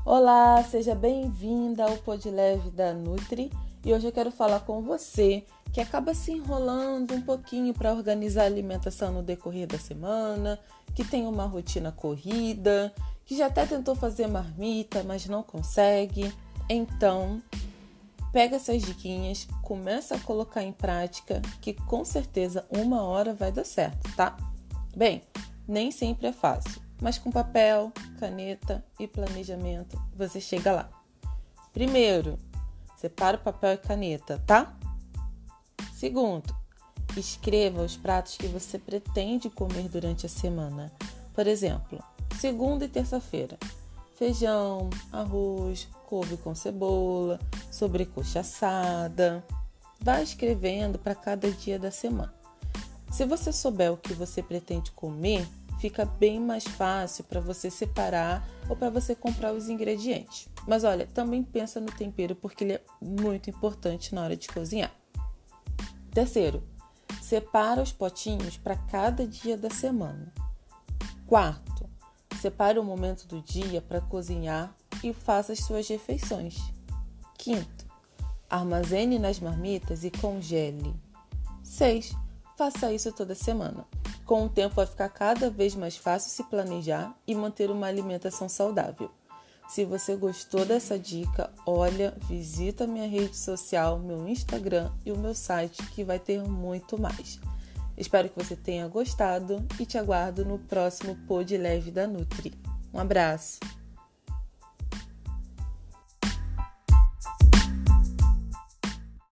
Olá, seja bem-vinda ao Pod Leve da Nutri e hoje eu quero falar com você que acaba se enrolando um pouquinho para organizar a alimentação no decorrer da semana, que tem uma rotina corrida, que já até tentou fazer marmita, mas não consegue. Então, pega essas diquinhas, começa a colocar em prática que com certeza uma hora vai dar certo, tá? Bem, nem sempre é fácil, mas com papel, caneta e planejamento você chega lá. Primeiro, separa o papel e caneta, tá? Segundo, escreva os pratos que você pretende comer durante a semana. Por exemplo, segunda e terça-feira, feijão, arroz, couve com cebola, sobrecoxa assada. Vá escrevendo para cada dia da semana. Se você souber o que você pretende comer, fica bem mais fácil para você separar ou para você comprar os ingredientes. Mas olha, também pensa no tempero porque ele é muito importante na hora de cozinhar. Terceiro, separa os potinhos para cada dia da semana. Quarto, separe um momento do dia para cozinhar e faça as suas refeições. Quinto, armazene nas marmitas e congele. 6. Faça isso toda semana. Com o tempo vai ficar cada vez mais fácil se planejar e manter uma alimentação saudável. Se você gostou dessa dica, olha, visita minha rede social, meu Instagram e o meu site que vai ter muito mais. Espero que você tenha gostado e te aguardo no próximo Pod Leve da Nutri. Um abraço!